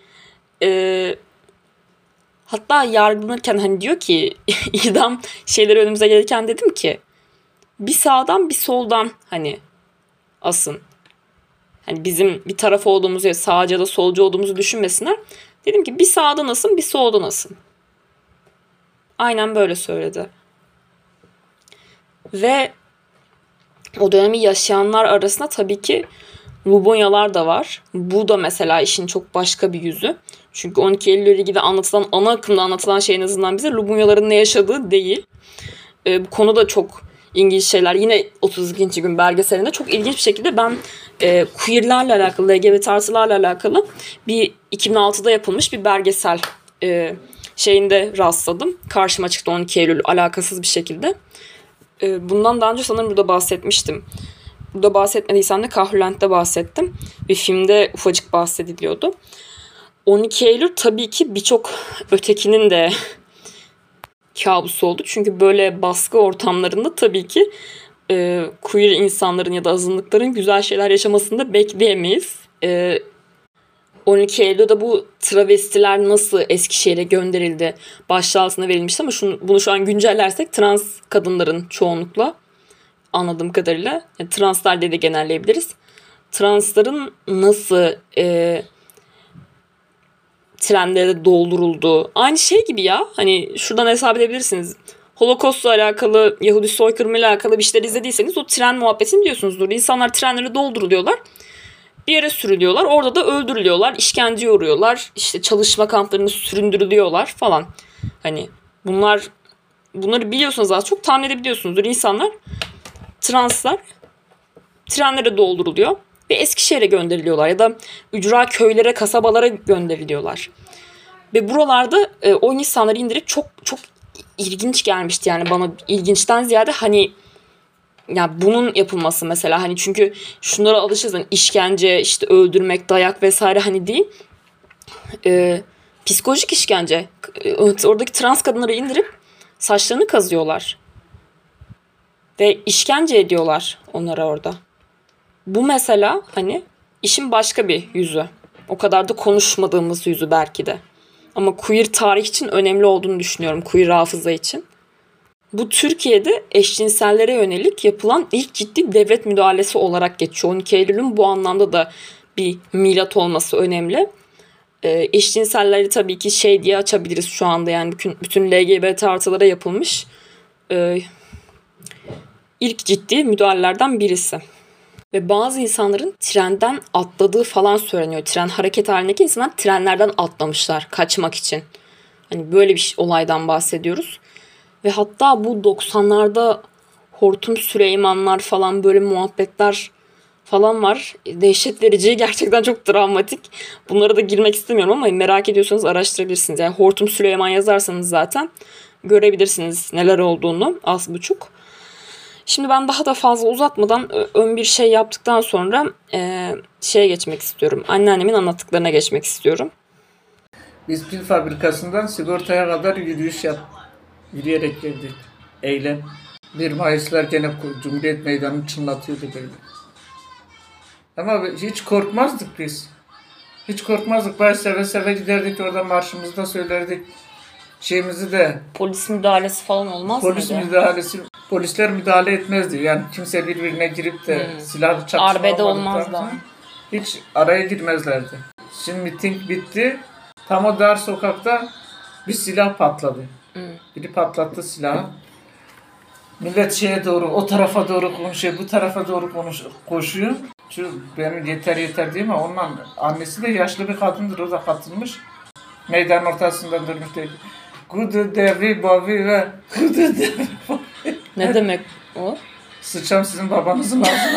hatta yargılanırken hani diyor ki idam şeyleri önümüze gelirken dedim ki bir sağdan bir soldan hani asın. Hani bizim bir taraf olduğumuzu ya sağcı ya da solcu olduğumuzu düşünmesinler. Dedim ki bir sağdan asın, bir soldan asın. Aynen böyle söyledi. Ve o dönemi yaşayanlar arasında tabii ki Lubonyalar da var. Bu da mesela işin çok başka bir yüzü. Çünkü 12 Eylül ile ilgili anlatılan, ana akımda anlatılan şey en azından bize Lubonyaların ne yaşadığı değil. Bu konuda çok ilginç şeyler. Yine 32. gün belgeselinde çok ilginç bir şekilde ben queerlerle alakalı, LGBT artılarla alakalı bir 2006'da yapılmış bir belgesel şeyinde rastladım. Karşıma çıktı 12 Eylül alakasız bir şekilde. Bundan daha önce sanırım burada bahsetmiştim. Burada bahsetmediysem de Kahrolent'te bahsettim. Bir filmde ufacık bahsediliyordu. 12 Eylül tabii ki birçok ötekinin de kabusu oldu. Çünkü böyle baskı ortamlarında tabii ki queer insanların ya da azınlıkların güzel şeyler yaşamasını da bekleyemeyiz. 12 Eylül'de bu travestiler nasıl Eskişehir'e gönderildi başlığı altında verilmişti ama bunu şu an güncellersek trans kadınların çoğunlukla, anladığım kadarıyla yani translar diye de genelleyebiliriz. Transların nasıl trenlere doldurulduğu, aynı şey gibi ya, hani şuradan hesap edebilirsiniz. Holocaust'la alakalı, Yahudi soykırımıyla alakalı bir şeyler izlediyseniz o tren muhabbetini biliyorsunuzdur. İnsanlar trenlere dolduruluyorlar. Bir yere sürülüyorlar. Orada da öldürülüyorlar. İşkenceye uğruyorlar. İşte çalışma kamplarına süründürülüyorlar falan. Hani bunları biliyorsunuz, az çok tahmin edebiliyorsunuzdur. İnsanlar, translar trenlere dolduruluyor ve Eskişehir'e gönderiliyorlar ya da ücra köylere, kasabalara gönderiliyorlar. Ve buralarda o insanları indirip çok çok ilginç gelmişti, yani bana ilginçten ziyade hani ya bunun yapılması mesela, hani çünkü şunlara alışırız, hani işkence, işte öldürmek, dayak vesaire hani değil. Psikolojik işkence. Oradaki trans kadınları indirip saçlarını kazıyorlar. Ve işkence ediyorlar onlara orada. Bu mesela hani İşin başka bir yüzü. O kadar da konuşmadığımız yüzü belki de. Ama queer tarih için önemli olduğunu düşünüyorum. Queer hafıza için. Bu Türkiye'de eşcinsellere yönelik yapılan ilk ciddi devlet müdahalesi olarak geçiyor. 12 Eylül'ün bu anlamda da bir milat olması önemli. Eşcinselleri tabii ki şey diye açabiliriz şu anda, yani bütün LGBT artılara yapılmış ilk ciddi müdahalelerden birisi. Ve bazı insanların trenden atladığı falan söyleniyor. Tren hareket halindeki insanlar trenlerden atlamışlar kaçmak için. Hani böyle bir olaydan bahsediyoruz. Ve hatta bu 90'larda Hortum Süleymanlar falan, böyle muhabbetler falan var. Dehşet verici, gerçekten çok travmatik. Bunlara da girmek istemiyorum ama merak ediyorsanız araştırabilirsiniz. Yani Hortum Süleyman yazarsanız zaten görebilirsiniz neler olduğunu az buçuk. Şimdi ben daha da fazla uzatmadan ön bir şey yaptıktan sonra şeye geçmek istiyorum. Anneannemin anlattıklarına geçmek istiyorum.
Biz pil fabrikasından sigortaya kadar yürüyerek geldik. Eylem. 1 Mayıslar gene Cumhuriyet Meydanı'nı çınlatıyordu böyle. Ama hiç korkmazdık biz. Hiç korkmazdık. Bayağı seve seve giderdik, orada marşımızda söylerdik. Şeyimizi de...
Polis müdahalesi falan olmaz mıydı?
Polisler müdahale etmezdi. Yani kimse birbirine girip de silahlı çatışma
arbede olmazdı.
Hiç araya girmezlerdi. Şimdi miting bitti. Tam o dar sokakta bir silah patladı. Biri patlattı silahı. Millet şeye doğru, o tarafa doğru konuşuyor, bu tarafa doğru koşuyor. Şu benim yeter değil mi? Ondan annesi de yaşlı bir kadındır, o da katılmış. Meydan ortasından durmuş dedi. Kudu devi bavi ve kudu devi bavi.
Ne demek o?
Sıçam sizin babanızın ağzına.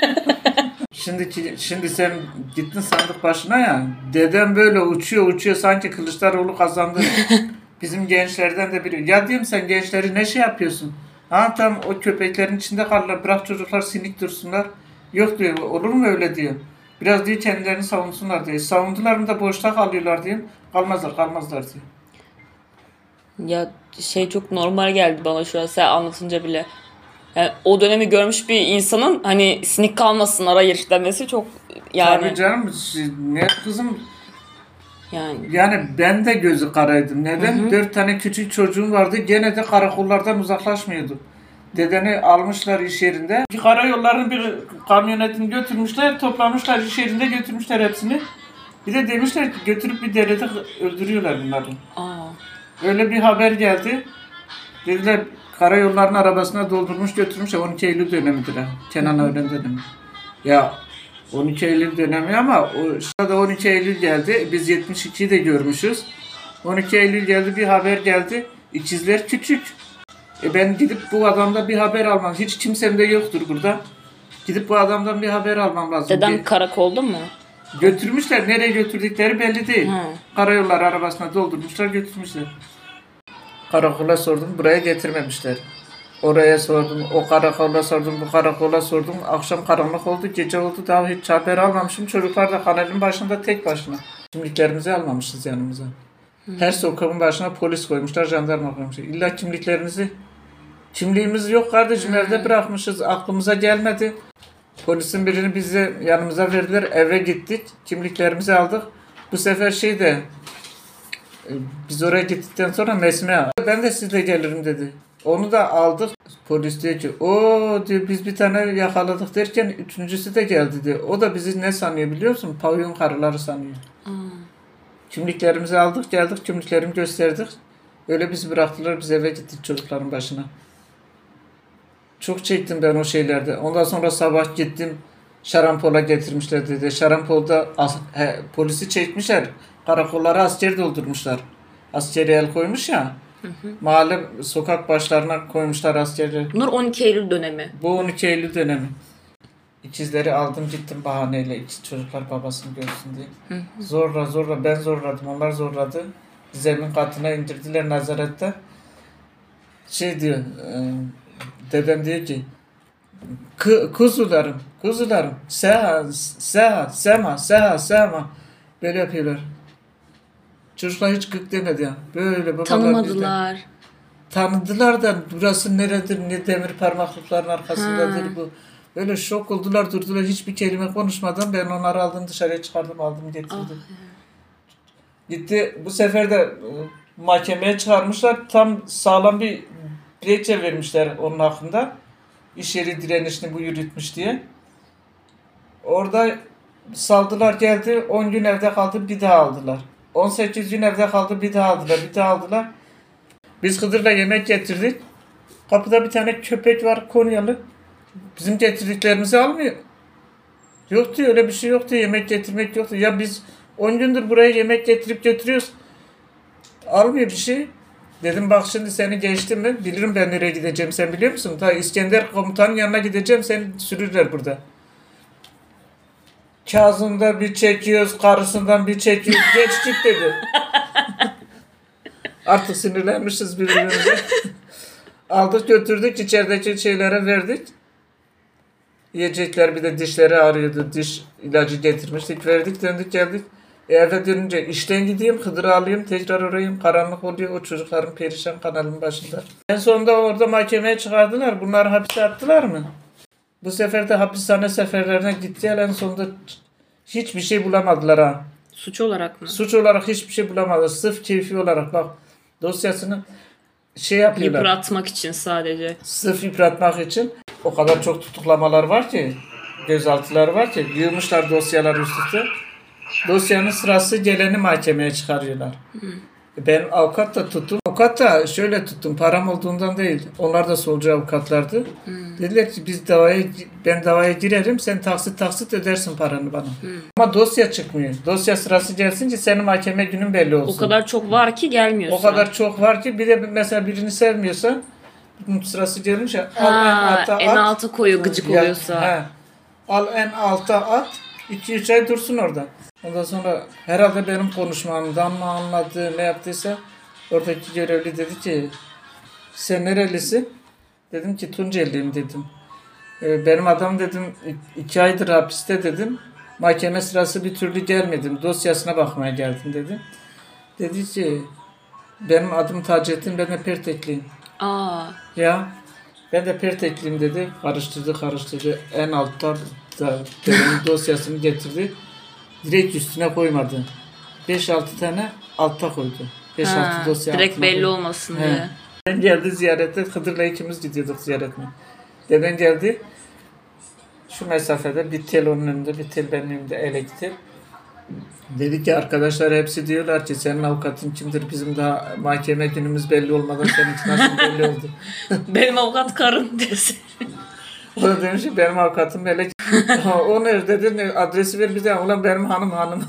Şimdi sen gittin sandık başına ya. Dedem böyle uçuyor sanki Kılıçdaroğlu kazandı. Bizim gençlerden de biri. Ya diyeyim, sen gençleri ne şey yapıyorsun? Ha tam o köpeklerin içinde kalırlar. Bırak çocuklar sinik dursunlar. Yok diyor. Olur mu öyle diyor. Biraz diyor kendilerini savunsunlar diyor. Savundular mı da boşta kalıyorlar diyor. Kalmazlar diyor.
Ya şey çok normal geldi bana şu an sen anlatınca bile. Yani o dönemi görmüş bir insanın hani sinik kalmasınlar hayır demesi çok yani.
Tabii canım, ne kızım.
Yani
ben de gözü karaydım. Neden? 4 tane küçük çocuğum vardı. Gene de karakollardan uzaklaşmıyordum. Dedeni almışlar iş yerinde. Karayolların bir kamyonetini götürmüşler, toplamışlar iş yerinde, götürmüşler hepsini. Bir de demişler ki götürüp bir derede öldürüyorlar bunları. Öyle bir haber geldi. Dediler karayolların arabasına doldurmuş götürmüşler. 12 Eylül dönemidir ha. Kenan Ören dönemi. Ya 12 Eylül dönemi ama o sırada 12 Eylül geldi. Biz 72'yi de görmüşüz. 12 Eylül geldi, bir haber geldi. İkizler küçük. Ben gidip bu adamdan bir haber almam. Hiç kimsem de yoktur burada. Gidip bu adamdan bir haber almam lazım.
Dedem karakolda mı?
Götürmüşler. Nereye götürdükleri belli değil. Karayolları arabasına doldurmuşlar, götürmüşler. Karakola sordum, buraya getirmemişler. Oraya sordum, o karakola sordum, bu karakola sordum. Akşam karanlık oldu, gece oldu, daha hiç haber almamışım. Çocuklar da kanalın başında tek başına. Kimliklerimizi almamışız yanımıza. Her sokağın başına polis koymuşlar, jandarma koymuşlar. İlla kimliğimiz yok kardeşim, evde bırakmışız, aklımıza gelmedi. Polisin birini bize yanımıza verdiler, eve gittik, kimliklerimizi aldık. Bu sefer biz oraya gittikten sonra Mesme, ben de sizle gelirim dedi. Onu da aldık. Polis diyor ki o diyor biz bir tane yakaladık derken üçüncüsü de geldi diyor. O da bizi ne sanıyor biliyor musun? Pavyon karıları sanıyor. Kimliklerimizi aldık, geldik, kimliklerimi gösterdik. Öyle bizi bıraktılar, biz eve gittik çocukların başına. Çok çektim ben o şeylerde. Ondan sonra sabah gittim, şarampola getirmişler dedi. Şarampolda polisi çekmişler. Karakollara asker doldurmuşlar. Askeri el koymuş ya. Mahalle sokak başlarına koymuşlar askerleri.
Bunlar 12 Eylül dönemi.
Bu 12 Eylül dönemi. İkizleri aldım gittim bahaneyle, iki çocuklar babasını görsün diye. Zorla ben zorladım, onlar zorladı. Zemin katına indirdiler nazarette. Diyor, dedem diyor ki kuzularım, sema böyle yapıyorlar. Çocuklar hiç gık demedi ya. Böyle babalar
tanımadılar.
Tanıdılar da burası neredir, ne demir parmaklıkların arkasındadır bu. Öyle şok oldular, durdular, hiçbir kelime konuşmadan ben onları aldım dışarıya çıkardım, aldım getirdim. Gitti bu sefer de mahkemeye çıkarmışlar. Tam sağlam bir dilekçe vermişler onun hakkında. İş yeri direnişini bu yürütmüş diye. Orada saldılar, geldi. 10 gün evde kaldı, bir daha aldılar. 18 gün evde kaldı, bir daha aldılar, bir daha aldılar. Biz Hıdır'la yemek getirdik. Kapıda bir tane köpek var, Konyalı. Bizim getirdiklerimizi almıyor. Yoktu, öyle bir şey yoktu. Yemek getirmek yoktu. Ya biz 10 gündür buraya yemek getirip götürüyoruz. Almıyor bir şey. Dedim bak şimdi seni geçtim mi? Bilirim ben nereye gideceğim, sen biliyor musun? Ta İskender komutanın yanına gideceğim, seni sürürler burada. Kazım'da bir çekiyoruz, karısından bir çekiyoruz. Geç git dedi. Artık sinirlenmişiz birbirimize. Aldık götürdük, içerideki şeylere verdik. Yiyecekler, bir de dişleri ağrıyordu. Diş ilacı getirmiştik, verdik, döndük geldik. Eve dönünce işten gideyim, Hıdır'ı alayım, tekrar orayım. Karanlık oluyor, o çocukların perişan kanalın başında. En sonunda orada mahkemeye çıkardılar. Bunları hapise attılar mı? Bu sefer de hapishane seferlerine gittiler. En sonunda hiçbir şey bulamadılar ha.
Suç olarak mı?
Suç olarak hiçbir şey bulamadılar. Sırf keyfi olarak bak dosyasını şey yapıyorlar.
Yıpratmak için sadece.
Sırf yıpratmak için. O kadar çok tutuklamalar var ki, gözaltılar var ki, yığmışlar dosyalar üst üste. Dosyanın sırası geleni mahkemeye çıkarıyorlar. Ben avukat da tuttum. Avukat da şöyle tuttum, param olduğundan değil. Onlar da solcu avukatlardı. Dediler ki ben davaya girerim, sen taksit ödersin paranı bana. Ama dosya çıkmıyor. Dosya sırası gelsin ki senin mahkeme günün belli olsun.
O kadar çok var ki gelmiyor.
O kadar çok var ki, bir de mesela birini sevmiyorsan sırası gelmiş ya,
en alta koyuyor gıcık oluyorsa.
Al en alta at, 2-3 ay dursun orada. Ondan sonra herhalde benim konuşmamdan mı anladı, ne yaptıysa oradaki görevli dedi ki sen nerelisin? Dedim ki Tunceliyim dedim. Benim adam dedim 2 aydır hapiste dedim. Mahkeme sırası bir türlü gelmedim. Dosyasına bakmaya geldim dedim. Dedi ki benim adım Taceddin, ben de Pertekliyim. Ya ben de Pertekliyim dedi. Karıştırdı. En altta da benim dosyasını getirdi. Direkt üstüne koymadı. 5-6 tane altta koydu. 5-6 dosya
direkt belli
koydu.
olmasın diye.
Ben geldi ziyarete. Hıdır'la ikimiz gidiyorduk ziyaretine. Deden geldi. Şu mesafede bir tel onun önünde, bir tel benim önümde, elektrik. Dedi ki arkadaşlar hepsi diyorlar ki senin avukatın kimdir? Bizim daha mahkeme günümüz belli olmadan seninki nasıl belli oldu?
Benim avukat karım desin.
O da demiş ki benim avukatım Melek. O nerede dedi, adresi ver bize. Ulan benim hanım.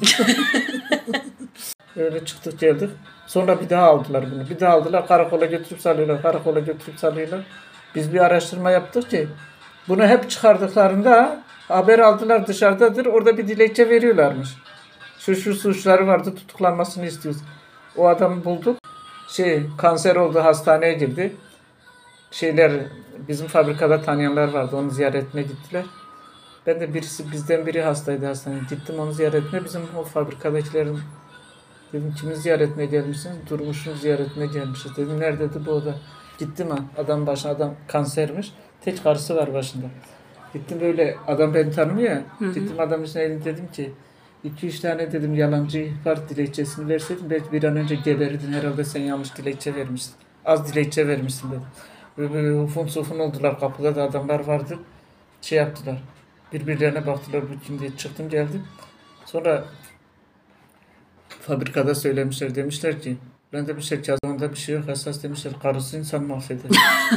Öyle çıktık geldik. Sonra bir daha aldılar bunu. Bir daha aldılar, karakola götürüp salıyorlar. Biz bir araştırma yaptık ki bunu hep çıkardıklarında haber aldılar, dışarıdadır. Orada bir dilekçe veriyorlarmış. Şu suçları vardı, tutuklanmasını istiyoruz. O adamı bulduk. Kanser oldu, hastaneye girdi. Bizim fabrikada tanıyanlar vardı. Onu ziyaretine gittiler. Ben de bizden biri hastaydı hastaneye. Gittim onu ziyaretine. Bizim o fabrikadakilerin dedim kimin ziyaretine gelmişsiniz? Durmuş'un ziyaretine gelmişiz. Dedim neredeydi bu oda? Gittim adam kansermiş. Tek karısı var başında. Gittim böyle, adam beni tanımıyor ya. Gittim adamın üstüne elim, dedim ki 2-3 tane dedim yalancı ihbar dilekçesini verseydin belki bir an önce geberirdin. Herhalde sen yanlış dilekçe vermişsin. Az dilekçe vermişsin dedim. Böyle ufun oldular, kapıda da adamlar vardı. Yaptılar. Birbirlerine baktılar, bu kim diye çıktım geldim. Sonra fabrikada söylemişler, demişler ki ben demişler kazanında bir şey yok, esas demişler karısı insan mahveder.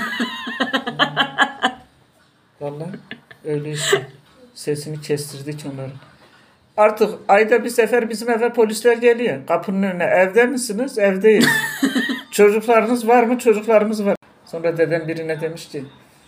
Vallahi öyle işte. Sesini kestirdik onların. Artık ayda bir sefer bizim eve polisler geliyor. Kapının önüne, evde misiniz? Evdeyiz. Çocuklarınız var mı? Çocuklarımız var. Sonra dedem birine demiş ki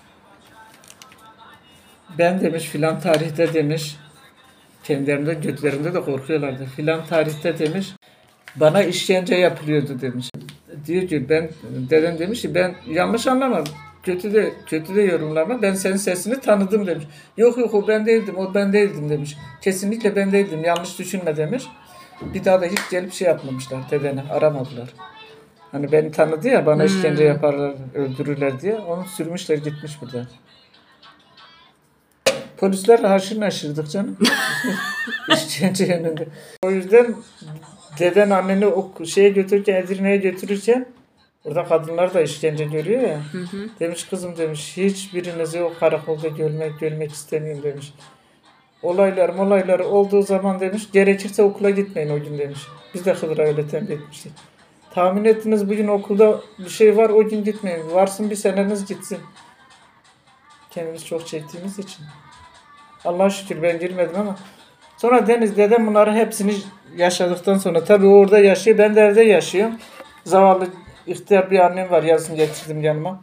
ben demiş filan tarihte demiş, kendilerinde götlerinde de korkuyorlardı. Filan tarihte demiş bana işkence yapılıyordu demiş. Diyor ki dedem demiş ki ben yanlış anlamadım. Kötü de yorumlama. Ben senin sesini tanıdım demiş. Yok o ben değildim demiş. Kesinlikle ben değildim. Yanlış düşünme demiş. Bir daha da hiç gelip yapmamışlar dedeni. Aramadılar. Hani beni tanıdı ya, bana işkence yaparlar, öldürürler diye. Onu sürmüşler gitmiş burada. Polislerle haşır neşirdik canım. İşkence yanında. O yüzden deden anneni o şeye götürürken, Edirne'ye götürürken orada kadınlar da işkence görüyor ya. Demiş kızım demiş hiçbirinizi o karakolda görmek istemiyorum demiş. Olaylar olduğu zaman demiş gerekirse okula gitmeyin o gün demiş. Biz de Hıdır'a öyle tembih etmiştik. Tahmin ettiniz bugün okulda bir şey var o gün gitmeyin. Varsın bir seneniz gitsin. Kendimiz çok çektiğimiz için. Allah'a şükür ben girmedim ama. Sonra Deniz dedem bunları hepsini yaşadıktan sonra tabii o orada yaşıyor ben de evde yaşıyorum. Zavallı ihtiyar bir annem var yazın getirdim yanıma.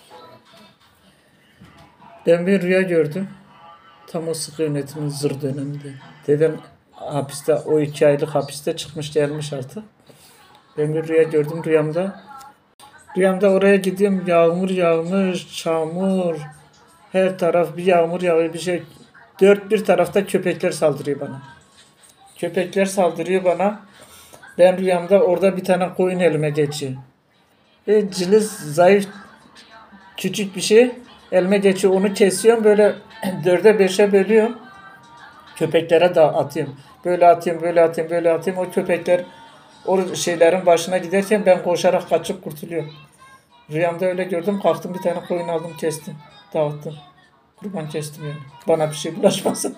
Ben bir rüya gördüm. Tam o sıkı yönetimin zır döneminde. Dedem hapiste o 2 aylık hapiste çıkmış gelmiş artık. Ben bir rüya gördüm rüyamda. Rüyamda oraya gidiyorum yağmur yağmış, çamur. Her taraf bir yağmur yağıyor bir şey. Dört bir tarafta köpekler saldırıyor bana. Köpekler saldırıyor bana. Ben rüyamda orada bir tane koyun elime geçiyor. Ve cılız, zayıf, küçük bir şey elime geçiyor. Onu kesiyorum böyle 4'e 5'e bölüyorum. Köpeklere de atıyorum. Böyle atıyorum. O köpekler o şeylerin başına giderken ben koşarak kaçıp kurtuluyorum. Rüyamda öyle gördüm. Kalktım bir tane koyun aldım kestim. Dağıttım. Kurban kestim yani. Bana bir şey bulaşmasın.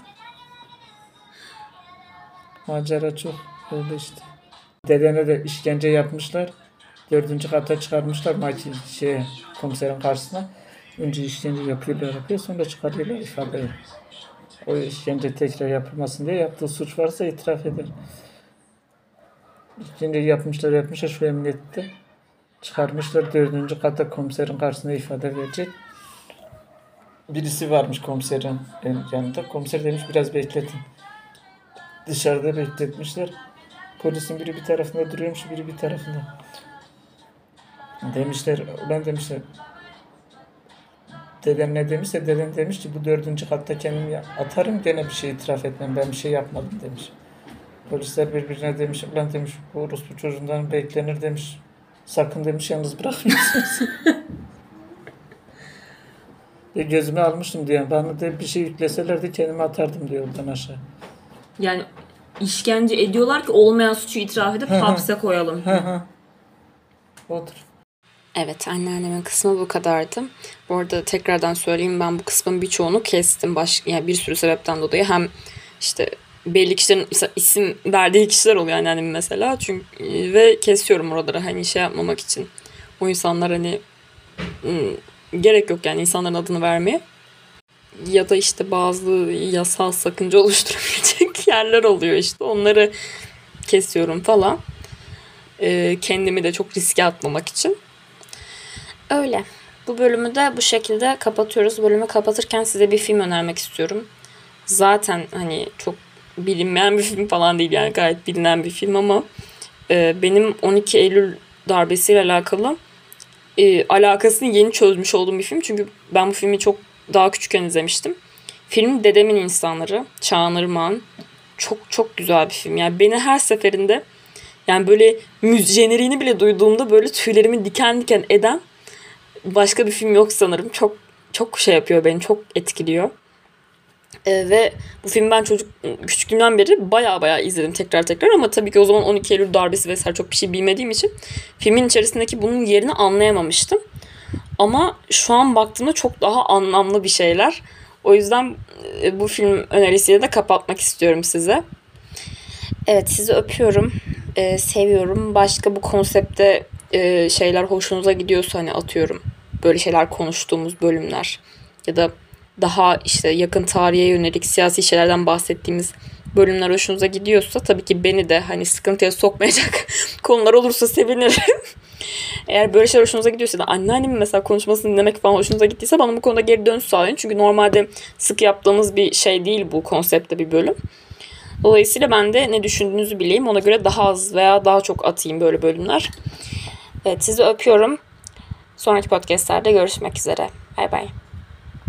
Macera çok öyle işte. Dedene de işkence yapmışlar. 4. kata çıkarmışlar komiserin karşısına. Önce işkence yapıyor sonra çıkarıyorlar ifadeye. O işkence tekrar yapılmasın diye yaptığı suç varsa itiraf eder. İşkence yapmışlar şu emniyette. Çıkarmışlar 4. kata komiserin karşısında ifade verecek. Birisi varmış komiserin yanında. Komiser demiş biraz bekletin. Dışarıda bekletmişler. Polisin biri bir tarafında duruyormuş, biri bir tarafında. Demişler. Dedem ne demişse dedem demiş ki bu 4. katta kendimi atarım gene bir şey itiraf etmem. Ben bir şey yapmadım demiş. Polisler birbirine demiş. Ulan demiş bu orospu çocuğundan beklenir demiş. Sakın demiş yalnız bırakmıyorsunuz. Gözüme almıştım diyor. Bana da bir şey yükleselerdi kendimi atardım diyor oradan aşağı.
Yani işkence ediyorlar ki olmayan suçu itiraf edip hapse koyalım.
Odur.
Evet, anneannemin kısmı bu kadardı. Bu arada tekrardan söyleyeyim ben bu kısmın birçoğunu kestim. Yani bir sürü sebepten dolayı hem işte belli kişilerin isim verdiği kişiler oluyor anneannemin mesela. Çünkü ve kesiyorum oraları hani şey yapmamak için. O insanlar hani gerek yok yani insanların adını vermeye. Ya da işte bazı yasal sakınca oluşturabilecek yerler oluyor işte. Onları kesiyorum falan. Kendimi de çok riske atmamak için. Öyle. Bu bölümü de bu şekilde kapatıyoruz. Bölümü kapatırken size bir film önermek istiyorum. Zaten hani çok bilinmeyen bir film falan değil yani gayet bilinen bir film ama benim 12 Eylül darbesiyle alakalı alakasını yeni çözmüş olduğum bir film. Çünkü ben bu filmi çok daha küçükken izlemiştim. Film Dedemin İnsanları. Çağan Irmak'ın. Çok çok güzel bir film. Yani beni her seferinde yani böyle jeneriğini bile duyduğumda böyle tüylerimi diken diken eden başka bir film yok sanırım. Çok çok şey yapıyor beni. Çok etkiliyor. Ve bu filmi ben küçüklüğümden beri baya izledim tekrar ama tabii ki o zaman 12 Eylül darbesi vesaire çok bir şey bilmediğim için filmin içerisindeki bunun yerini anlayamamıştım. Ama şu an baktığımda çok daha anlamlı bir şeyler. O yüzden bu film önerisiyle de kapatmak istiyorum size. Evet sizi öpüyorum. Seviyorum. Başka bu konsepte şeyler hoşunuza gidiyorsa hani atıyorum böyle şeyler konuştuğumuz bölümler ya da daha işte yakın tarihe yönelik siyasi şeylerden bahsettiğimiz bölümler hoşunuza gidiyorsa tabii ki beni de hani sıkıntıya sokmayacak konular olursa sevinirim. Eğer böyle şeyler hoşunuza gidiyorsa da anneannemin mesela konuşmasını dinlemek falan hoşunuza gittiyse bana bu konuda geri dönüş sağlayın. Çünkü normalde sık yaptığımız bir şey değil bu konseptte bir bölüm. Dolayısıyla ben de ne düşündüğünüzü bileyim. Ona göre daha az veya daha çok atayım böyle bölümler. Evet sizi öpüyorum. Sonraki podcastlerde görüşmek üzere. Bay bay.